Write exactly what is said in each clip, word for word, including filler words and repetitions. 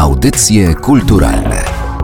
Audycje kulturalne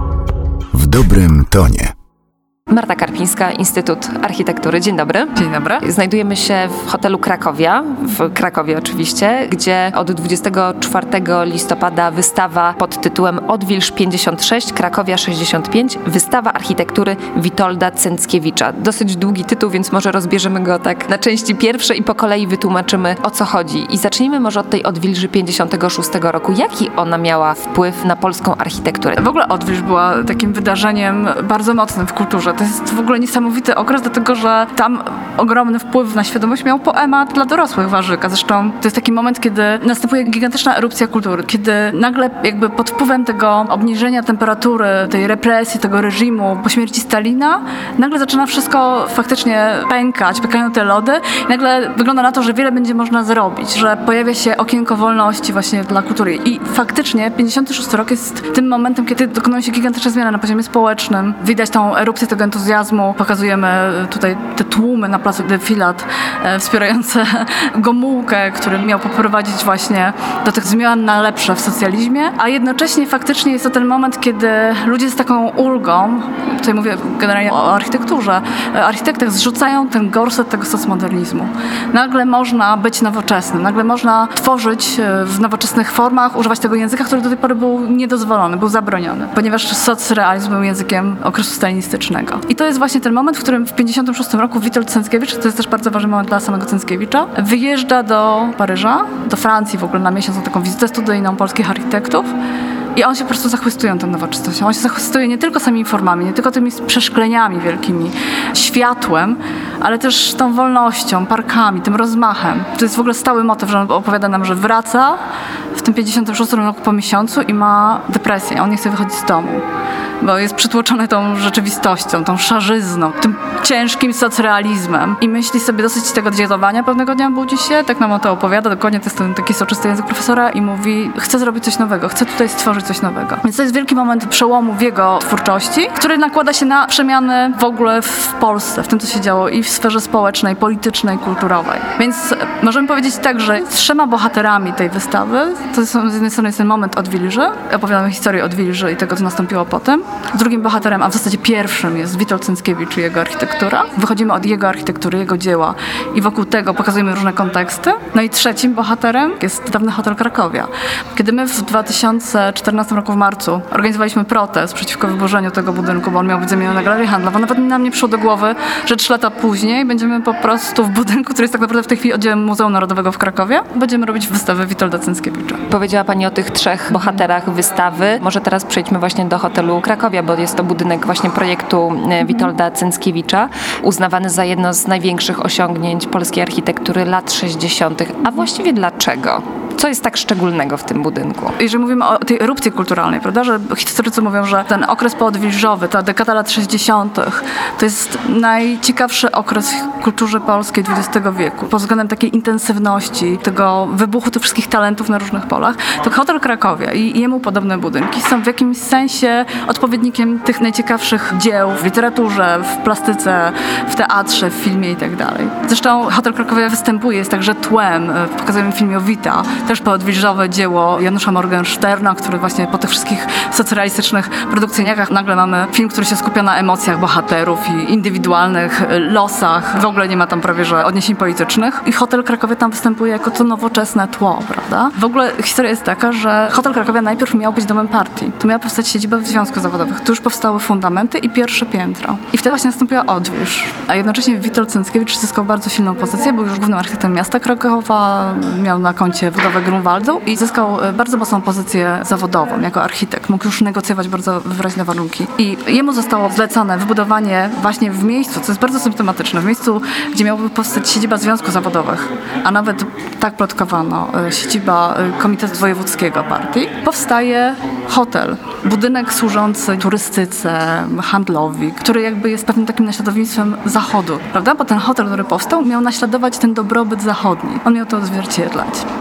w dobrym tonie. Marta Karpińska, Instytut Architektury. Dzień dobry. Dzień dobry. Znajdujemy się w hotelu Krakowia, w Krakowie oczywiście, gdzie od dwudziestego czwartego listopada wystawa pod tytułem Odwilż pięćdziesiąt sześć, Krakowia sześćdziesiąt pięć, wystawa architektury Witolda Cęckiewicza. Dosyć długi tytuł, więc może rozbierzemy go tak na części pierwsze i po kolei wytłumaczymy, o co chodzi. I zacznijmy może od tej Odwilży pięćdziesiątego szóstego roku. Jaki ona miała wpływ na polską architekturę? W ogóle Odwilż była takim wydarzeniem bardzo mocnym w kulturze. To jest w ogóle niesamowity okres, dlatego że tam ogromny wpływ na świadomość miał poemat dla dorosłych Warzyka. Zresztą to jest taki moment, kiedy następuje gigantyczna erupcja kultury, kiedy nagle jakby pod wpływem tego obniżenia temperatury, tej represji, tego reżimu po śmierci Stalina, nagle zaczyna wszystko faktycznie pękać, pękają te lody i nagle wygląda na to, że wiele będzie można zrobić, że pojawia się okienko wolności właśnie dla kultury. I faktycznie pięćdziesiąty szósty rok jest tym momentem, kiedy dokonują się gigantyczne zmiany na poziomie społecznym. Widać tą erupcję tego entuzjazmu. Pokazujemy tutaj te tłumy na placu Defilat e, wspierające Gomułkę, który miał poprowadzić właśnie do tych zmian na lepsze w socjalizmie, a jednocześnie faktycznie jest to ten moment, kiedy ludzie z taką ulgą, tutaj mówię generalnie o architekturze, e, architektach zrzucają ten gorset tego socmodernizmu. Nagle można być nowoczesnym, nagle można tworzyć e, w nowoczesnych formach, używać tego języka, który do tej pory był niedozwolony, był zabroniony, ponieważ socrealizm był językiem okresu stalinistycznego. I to jest właśnie ten moment, w którym w pięćdziesiątym szóstym roku Witold Cęckiewicz, to jest też bardzo ważny moment dla samego Cęckiewicza, wyjeżdża do Paryża, do Francji w ogóle na miesiąc na taką wizytę studyjną polskich architektów. I on się po prostu zachwystuje tą nowoczesnością. On się zachwystuje nie tylko samymi formami, nie tylko tymi przeszkleniami wielkimi, światłem, ale też tą wolnością, parkami, tym rozmachem. To jest w ogóle stały motyw, że on opowiada nam, że wraca w tym pięćdziesiątym szóstym roku po miesiącu i ma depresję. On nie chce wychodzić z domu, bo jest przytłoczony tą rzeczywistością, tą szarzyzną, tym ciężkim socrealizmem. I myśli sobie dosyć tego dietowania. Pewnego dnia budzi się, tak nam o to opowiada, dokładnie to jest ten taki soczysty język profesora i mówi, chcę zrobić coś nowego, chcę tutaj stworzyć coś nowego. Więc to jest wielki moment przełomu w jego twórczości, który nakłada się na przemiany w ogóle w Polsce, w tym, co się działo i w sferze społecznej, politycznej, kulturowej. Więc możemy powiedzieć tak, że trzema bohaterami tej wystawy, to są z jednej strony jest ten moment Odwilży, opowiadamy historię Odwilży i tego, co nastąpiło potem. Drugim bohaterem, a w zasadzie pierwszym jest Witold Cęckiewicz i jego architektura. Wychodzimy od jego architektury, jego dzieła i wokół tego pokazujemy różne konteksty. No i trzecim bohaterem jest dawny hotel Krakowia. Kiedy my w dwa tysiące czternastym roku w marcu organizowaliśmy protest przeciwko wyburzeniu tego budynku, bo on miał być zamieniony na galerię handlową, nawet nam nie przyszło do głowy, że trzy lata później będziemy po prostu w budynku, który jest tak naprawdę w tej chwili oddziałem Muzeum Narodowego w Krakowie, będziemy robić wystawę Witolda Cęckiewicza. Powiedziała Pani o tych trzech bohaterach wystawy. Może teraz przejdźmy właśnie do hotelu Krakowia, bo jest to budynek właśnie projektu Witolda Cęckiewicza, uznawany za jedno z największych osiągnięć polskiej architektury lat sześćdziesiątych. A właściwie dlaczego? Co jest tak szczególnego w tym budynku? Jeżeli mówimy o tej erupcji kulturalnej, prawda, że historycy mówią, że ten okres poodwilżowy, ta dekada lat sześćdziesiątych to jest najciekawszy okres w kulturze polskiej dwudziestego wieku. Pod względem takiej intensywności, tego wybuchu tych wszystkich talentów na różnych polach, to hotel Krakowia i jemu podobne budynki są w jakimś sensie odpowiednikiem tych najciekawszych dzieł w literaturze, w plastyce, w teatrze, w filmie i tak dalej. Zresztą hotel Krakowia występuje, jest także tłem, pokazujemy w filmie Owita, też poodwilżowe dzieło Janusza Morgensterna, który właśnie po tych wszystkich socrealistycznych produkcyjniakach nagle mamy film, który się skupia na emocjach bohaterów i indywidualnych losach. W ogóle nie ma tam prawie że odniesień politycznych. I hotel Krakowia tam występuje jako to nowoczesne tło, prawda? W ogóle historia jest taka, że hotel Krakowia najpierw miał być domem partii. Tu miała powstać siedziba związków zawodowych. Tu już powstały fundamenty i pierwsze piętro. I wtedy właśnie nastąpiła Odwilż. A jednocześnie Witold Cęckiewicz zyskał bardzo silną pozycję, był już głównym architektem miasta Krakowa, miał na koncie budowę Grunwaldu i zyskał bardzo mocną pozycję zawodową jako architekt. Mógł już negocjować bardzo wyraźne warunki. I jemu zostało zlecone wybudowanie właśnie w miejscu, co jest bardzo symptomatyczne, w miejscu, gdzie miałaby powstać siedziba związków zawodowych, a nawet tak plotkowano, siedziba Komitetu Wojewódzkiego Partii, powstaje hotel. Budynek służący turystyce, handlowi, który jakby jest pewnym takim naśladownictwem Zachodu, prawda? Bo ten hotel, który powstał, miał naśladować ten dobrobyt zachodni. On miał to odzwierciedlać. Więc też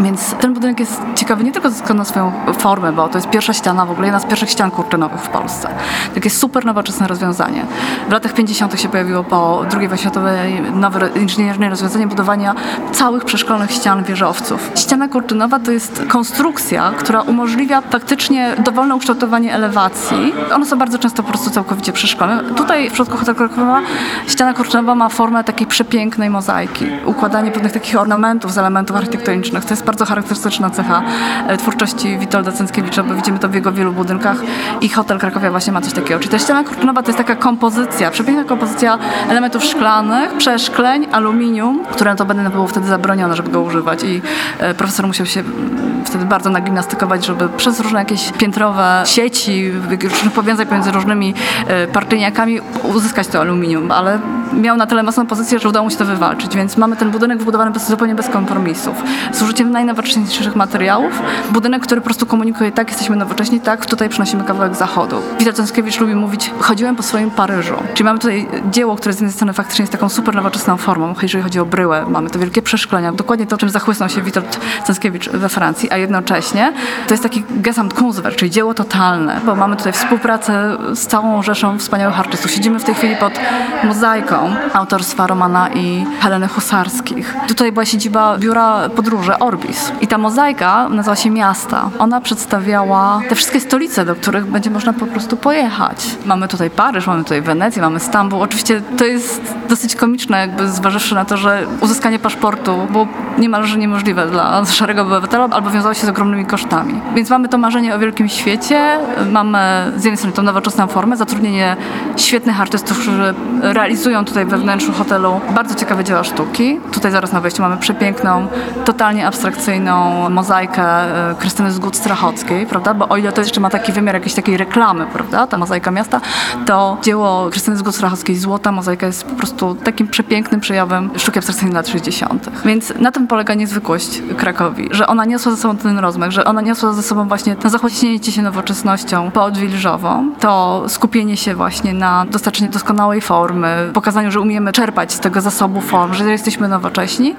ten budynek jest ciekawy nie tylko ze względu na swoją formę, bo to jest pierwsza ściana, w ogóle jedna z pierwszych ścian kurtynowych w Polsce. Takie super nowoczesne rozwiązanie. W latach pięćdziesiątych się pojawiło po drugiej wojnie światowej nowe inżynieryjne rozwiązanie budowania całych przeszkolnych ścian wieżowców. Ściana kurtynowa to jest konstrukcja, która umożliwia faktycznie dowolne ukształtowanie elewacji. One są bardzo często po prostu całkowicie przeszklone. Tutaj w przypadku hotelu Krakowa ściana kurtynowa ma formę takiej przepięknej mozaiki. Układanie pewnych takich ornamentów z elementów architektonicznych. To jest bardzo charakterystyczna cecha twórczości Witolda Cęckiewicza, bo widzimy to w jego wielu budynkach i hotel Krakowia właśnie ma coś takiego. Czyli ta ściana kurtynowa to jest taka kompozycja, przepiękna kompozycja elementów szklanych, przeszkleń, aluminium, które to będę było wtedy zabronione, żeby go używać i profesor musiał się wtedy bardzo nagimnastykować, żeby przez różne jakieś piętrowe sieci, różnych powiązań pomiędzy różnymi partyjniakami uzyskać to aluminium, ale miał na tyle mocną pozycję, że udało mu się to wywalczyć, więc mamy ten budynek wybudowany bez, zupełnie bez kompromisów, z użyciem najnowocześniejszych materiałów. Budynek, który po prostu komunikuje, tak, jesteśmy nowocześni, tak, tutaj przynosimy kawałek zachodu. Witold Cęckiewicz lubi mówić, chodziłem po swoim Paryżu. Czyli mamy tutaj dzieło, które z jednej strony faktycznie jest taką super nowoczesną formą, jeżeli chodzi o bryłę, mamy te wielkie przeszklenia, dokładnie to, czym zachłysnął się Witold Cęckiewicz we Francji, a jednocześnie to jest taki Gesamtkunstwerk, czyli dzieło totalne, bo mamy tutaj współpracę z całą rzeszą wspaniałych artystów. Siedzimy w tej chwili pod mozaiką autorstwa Romana i Heleny Husarskich. Tutaj była siedziba biura podróży Orbis i ta mozaika nazywa się Miasta. Ona przedstawiała te wszystkie stolice, do których będzie można po prostu pojechać. Mamy tutaj Paryż, mamy tutaj Wenecję, mamy Stambuł. Oczywiście to jest dosyć komiczne, jakby zważywszy na to, że uzyskanie paszportu było niemalże niemożliwe dla szarego obywatela, albo wiązało się z ogromnymi kosztami. Więc mamy to marzenie o wielkim świecie, mamy z jednej strony tą nowoczesną formę, zatrudnienie świetnych artystów, którzy realizują tutaj we wnętrzu hotelu bardzo ciekawe dzieła sztuki. Tutaj zaraz na wejściu mamy przepiękną, totalnie abstrakcyjną mozaikę Krystyny Zgód-Strachockiej, prawda? Bo o ile to jeszcze ma taki wymiar jakiejś takiej reklamy, prawda? Ta mozaika miasta, to dzieło Krystyny Zgód-Strachockiej, Złota mozaika, jest po prostu takim przepięknym przejawem sztuki abstrakcyjnej lat sześćdziesiątych. Więc na tym polega niezwykłość Krakowi, że ona niosła ze sobą ten rozmach, że ona niosła ze sobą właśnie to zachłyśnięcie się nowoczesnością poodwilżową, to skupienie się właśnie na dostarczeniu doskonałej formy, pokazaniu, że umiemy czerpać z tego zasobu form, że jesteśmy nowocześni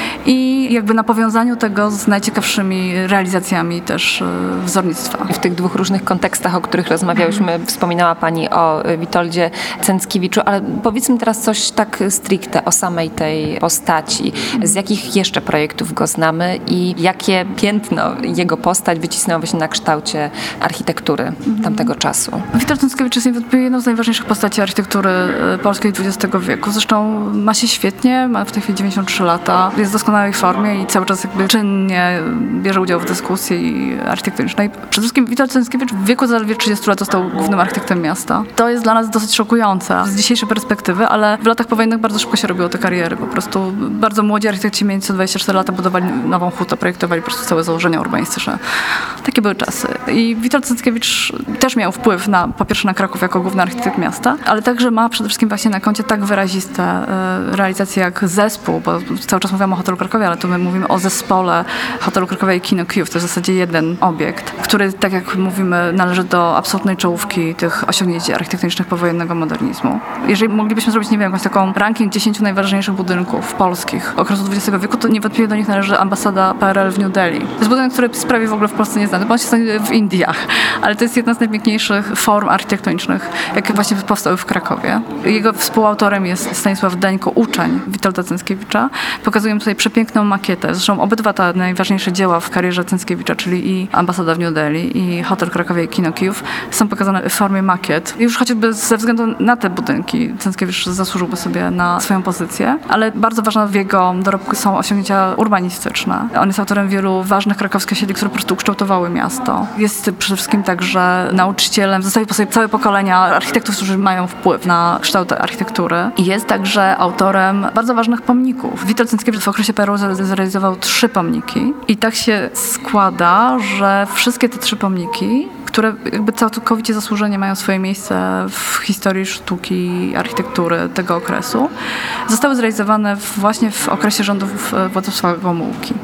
i jakby na powiązaniu tego z najciekawszymi realizacjami też wzornictwa. W tych dwóch różnych kontekstach, o których rozmawiałyśmy, wspominała Pani o Witoldzie Cęckiewiczu, ale powiedzmy teraz coś tak stricte o samej tej postaci. Z jakich jeszcze projektów go znamy i jakie piętno jego postać wycisnęła właśnie na kształcie architektury tamtego czasu? Witold Cęckiewicz jest niewątpliwie jedną z najważniejszych postaci architektury polskiej dwudziestego wieku. Zresztą ma się świetnie, ma w tej chwili dziewięćdziesiąt trzy lata, jest w doskonałej formie i cały czas jakby czynnie bierze udział w dyskusji architektonicznej. Przede wszystkim Witold Cęckiewicz w wieku zaledwie trzydziestu lat został głównym architektem miasta. To jest dla nas dosyć szokujące z dzisiejszej perspektywy, ale w latach powojennych bardzo szybko się robiło te kariery. Po prostu bardzo młodzi architekci mający dwadzieścia cztery lata budowali nową hutę, projektowali po prostu całe założenia urbanistyczne. Takie były czasy. I Witold Cęckiewicz też miał wpływ na, po pierwsze na Kraków jako główny architekt miasta, ale także ma przede wszystkim właśnie na koncie tak wyraziste y, realizacje jak zespół, bo cały czas mówimy o hotelu Krakowie, ale tu my mówimy o zespole hotelu Krakowia i Kino Kijów. To jest w zasadzie jeden obiekt, który, tak jak mówimy, należy do absolutnej czołówki tych osiągnięć architektonicznych powojennego modernizmu. Jeżeli moglibyśmy zrobić, nie wiem, jakąś taką ranking dziesięciu najważniejszych budynków polskich okresu dwudziestego wieku, to niewątpliwie do nich należy ambasada P R L w New Delhi. To jest budynek, który jest prawie w ogóle w Polsce nieznany, bo on się znajduje w Indiach, ale to jest jedna z najpiękniejszych form architektonicznych, jakie właśnie powstały w Krakowie. Jego współautorem jest Stanisław Deńko, uczeń Witolda Cęckiewicza. Pokazuję tutaj przepiękną makietę. Zresztą obydwa te najważniejsze dzieła w karierze Cęckiewicza, czyli i ambasada w New Delhi i hotel Krakowia i Kino Kijów, są pokazane w formie makiet. Już chociażby ze względu na te budynki Cęckiewicz zasłużyłby sobie na swoją pozycję, ale bardzo ważne w jego dorobku są osiągnięcia urbanistyczne. On jest autorem wielu ważnych krakowskich osiedli, które po prostu ukształtowały miasto. Jest przede wszystkim także nauczycielem, zostawił po sobie całe pokolenia architektów, którzy mają wpływ na kształt architektury. I jest także autorem bardzo ważnych pomników. Witold Cęckiewicz w okresie P R L zrealizował trzy pomniki i tak się składa, że wszystkie te trzy pomniki, które jakby całkowicie zasłużenie mają swoje miejsce w historii sztuki, architektury tego okresu, zostały zrealizowane właśnie w okresie rządów Władysława Gomułki.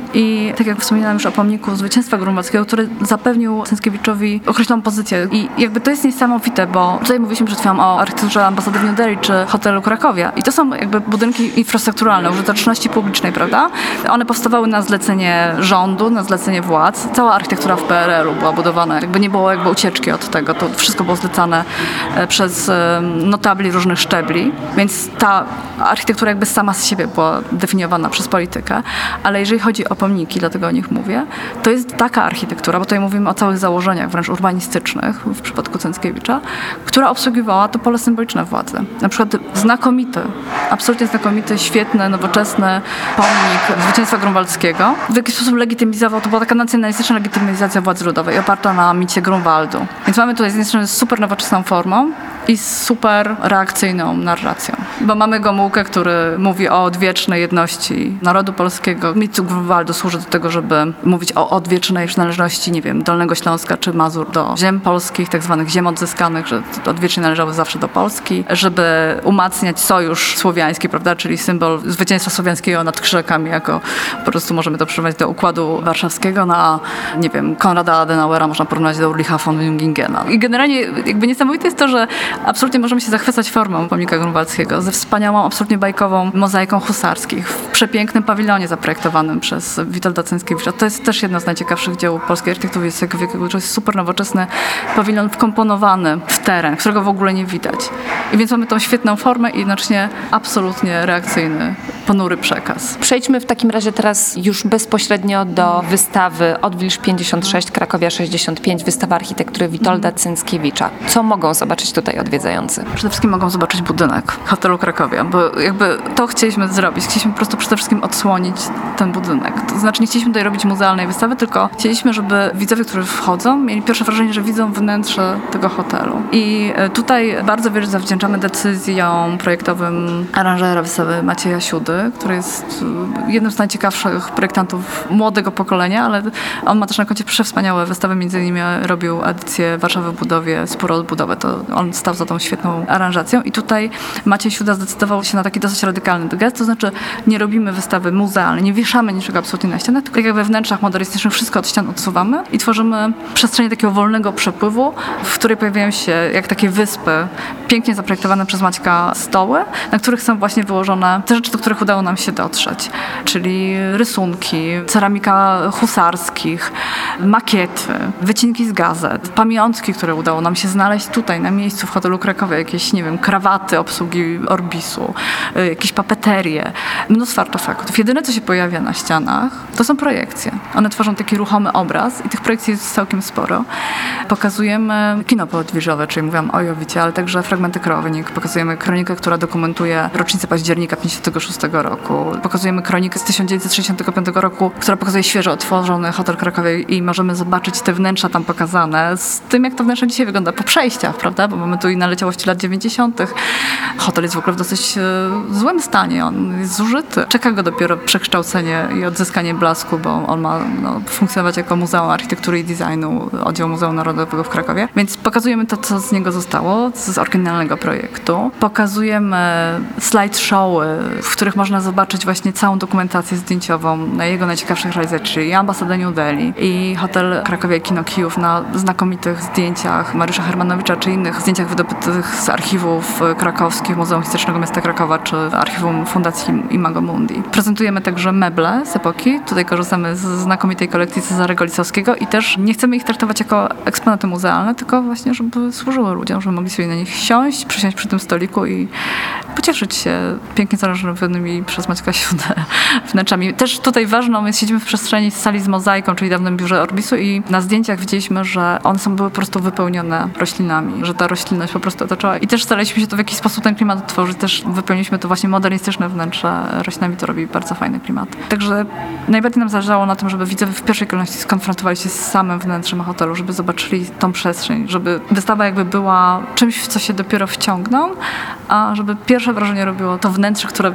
I tak jak wspominałam już o pomniku zwycięstwa grunwaldzkiego, który zapewnił Cęckiewiczowi określoną pozycję. I jakby to jest niesamowite, bo tutaj mówiliśmy przed chwilą o architekturze ambasady w New Delhi czy hotelu Krakowia. I to są jakby budynki infrastrukturalne, użyteczności publicznej, prawda? One powstawały na zlecenie rządu, na zlecenie władz. Cała architektura w P R L u była budowana. Jakby nie było jakby ucieczki od tego. To wszystko było zlecane przez notabli różnych szczebli. Więc ta architektura jakby sama z siebie była definiowana przez politykę. Ale jeżeli chodzi o pomniki, dlatego o nich mówię, to jest taka architektura, bo tutaj mówimy o całych założeniach wręcz urbanistycznych w przypadku Cęckiewicza, która obsługiwała to pole symboliczne władzy. Na przykład znakomity, absolutnie znakomity, świetny, nowoczesny pomnik zwycięstwa grunwaldzkiego w jakiś sposób legitymizował, to była taka nacjonalistyczna legitymizacja władzy ludowej oparta na micie Grunwaldu. Więc mamy tutaj z jednej strony super nowoczesną formą i super reakcyjną narracją. Bo mamy Gomułkę, który mówi o odwiecznej jedności narodu polskiego. Mit Grunwaldu służy do tego, żeby mówić o odwiecznej przynależności, nie wiem, Dolnego Śląska czy Mazur do ziem polskich, tak zwanych ziem odzyskanych, że odwiecznie należały zawsze do Polski, żeby umacniać sojusz słowiański, prawda, czyli symbol zwycięstwa słowiańskiego nad Krzykami, jako po prostu możemy to przyrównać do Układu Warszawskiego, na, nie wiem, Konrada Adenauera można porównać do Ulricha von Jungingena. I generalnie jakby niesamowite jest to, że absolutnie możemy się zachwycać formą pomnika grunwaldzkiego, ze wspaniałą, absolutnie bajkową mozaiką husarskich, w przepięknym pawilonie zaprojektowanym przez Witolda Cęckiewicza. To jest też jedno z najciekawszych dzieł polskiej architektury dwudziestego wieku, to jest super nowoczesny pawilon wkomponowany w teren, którego w ogóle nie widać. I więc mamy tą świetną formę i jednocześnie absolutnie reakcyjny, ponury przekaz. Przejdźmy w takim razie teraz już bezpośrednio do wystawy Odwilż pięćdziesiąt sześć, Krakowia sześćdziesiąt pięć, wystawa architektury Witolda Cęckiewicza. Co mogą zobaczyć tutaj odwiedzający? Przede wszystkim mogą zobaczyć budynek hotelu Krakowia, bo jakby to chcieliśmy zrobić. Chcieliśmy po prostu przede wszystkim odsłonić ten budynek. To znaczy nie chcieliśmy tutaj robić muzealnej wystawy, tylko chcieliśmy, żeby widzowie, którzy wchodzą, mieli pierwsze wrażenie, że widzą wnętrze tego hotelu. I tutaj bardzo wiele zawdzięczamy decyzjom projektowym aranżera wystawy Macieja Siudy, który jest jednym z najciekawszych projektantów młodego pokolenia, ale on ma też na koncie przewspaniałe wystawy, między innymi robił edycję Warszawy w budowie, sporo odbudowę, to on stał za tą świetną aranżacją i tutaj Maciej Siuda zdecydował się na taki dosyć radykalny gest, to znaczy nie robimy wystawy muzealnej, nie wieszamy niczego absolutnie na ścianach, tylko jak we wnętrzach modernistycznych wszystko od ścian odsuwamy i tworzymy przestrzeń takiego wolnego przepływu, w której pojawiają się jak takie wyspy, pięknie zaprojektowane przez Maćka stoły, na których są właśnie wyłożone te rzeczy, do których udało nam się dotrzeć, czyli rysunki, ceramika husarskich, makiety, wycinki z gazet, pamiątki, które udało nam się znaleźć tutaj na miejscu w hotelu Krakowie, jakieś, nie wiem, krawaty obsługi Orbisu, jakieś papeterie, mnóstwo artefaktów. Jedyne, co się pojawia na ścianach, to są projekcje. One tworzą taki ruchomy obraz i tych projekcji jest całkiem sporo. Pokazujemy kino poodwilżowe, czyli mówiłam o Jowicie, ale także fragmenty kronik. Pokazujemy kronikę, która dokumentuje rocznicę października pięćdziesiątego szóstego roku. Pokazujemy kronikę z tysiąc dziewięćset sześćdziesiątego piątego roku, która pokazuje świeżo otworzony hotel Krakowie i możemy zobaczyć te wnętrza tam pokazane z tym, jak to wnętrze dzisiaj wygląda po przejściach, prawda? Bo mamy tu i naleciałości lat dziewięćdziesiątych. Hotel jest w ogóle w dosyć e, złym stanie, on jest zużyty. Czeka go dopiero przekształcenie i odzyskanie blasku, bo on ma no, funkcjonować jako Muzeum Architektury i Designu, oddział Muzeum Narodowego w Krakowie. Więc pokazujemy to, co z niego zostało, z oryginalnego projektu. Pokazujemy slideshowy, w których można zobaczyć właśnie całą dokumentację zdjęciową na jego najciekawszych realizacjach, czyli ambasadę New Delhi i hotel Krakowia i Kino Kijów na znakomitych zdjęciach Mariusza Hermanowicza, czy innych zdjęciach wydobytych z archiwów krakowskich, Muzeum Historycznego Miasta Krakowa, czy archiwum Fundacji Imago Mundi. Prezentujemy także meble z epoki. Tutaj korzystamy z znakomitej kolekcji Cezarego Lisowskiego i też nie chcemy ich traktować jako eksponaty muzealne, tylko właśnie, żeby służyły ludziom, żeby mogli sobie na nich siąść, przysiąść przy tym stoliku i pocieszyć się pięknie zaaranżowanymi przez Maćka Siudę wnętrzami. Też tutaj ważną jest, siedzimy w przestrzeni z sali z mozaiką, czyli dawnym biurze Orbisu i na zdjęciach widzieliśmy, że one są były po prostu wypełnione roślinami, że ta roślinność po prostu otaczała i też staraliśmy się to w jakiś sposób ten klimat tworzyć, też wypełniliśmy to właśnie modernistyczne wnętrze roślinami, to robi bardzo fajny klimat. Także najbardziej nam zależało na tym, żeby widzowie w pierwszej kolejności skonfrontowali się z samym wnętrzem hotelu, żeby zobaczyli tą przestrzeń, żeby wystawa jakby była czymś, w co się dopiero wciągną, a żeby pierwsze wrażenie robiło to wnętrze, które w jakiś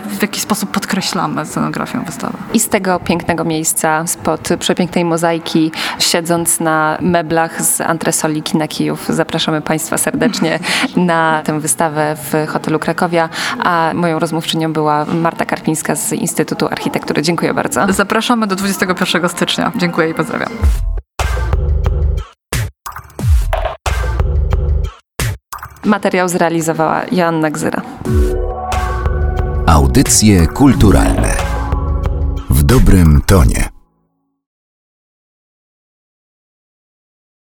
sposób podkreślamy scenografią wystawę. I z tego pięknego miejsca, spod przepięknej mozaiki, siedząc na meblach z antresoli kina Kijów, zapraszamy Państwa serdecznie na tę wystawę w hotelu Krakowia, a moją rozmówczynią była Marta Karpińska z Instytutu Architektury. Dziękuję bardzo. Zapraszamy do dwudziestego pierwszego stycznia. Dziękuję i pozdrawiam. Materiał zrealizowała Joanna Gzyra. Audycje kulturalne w dobrym tonie.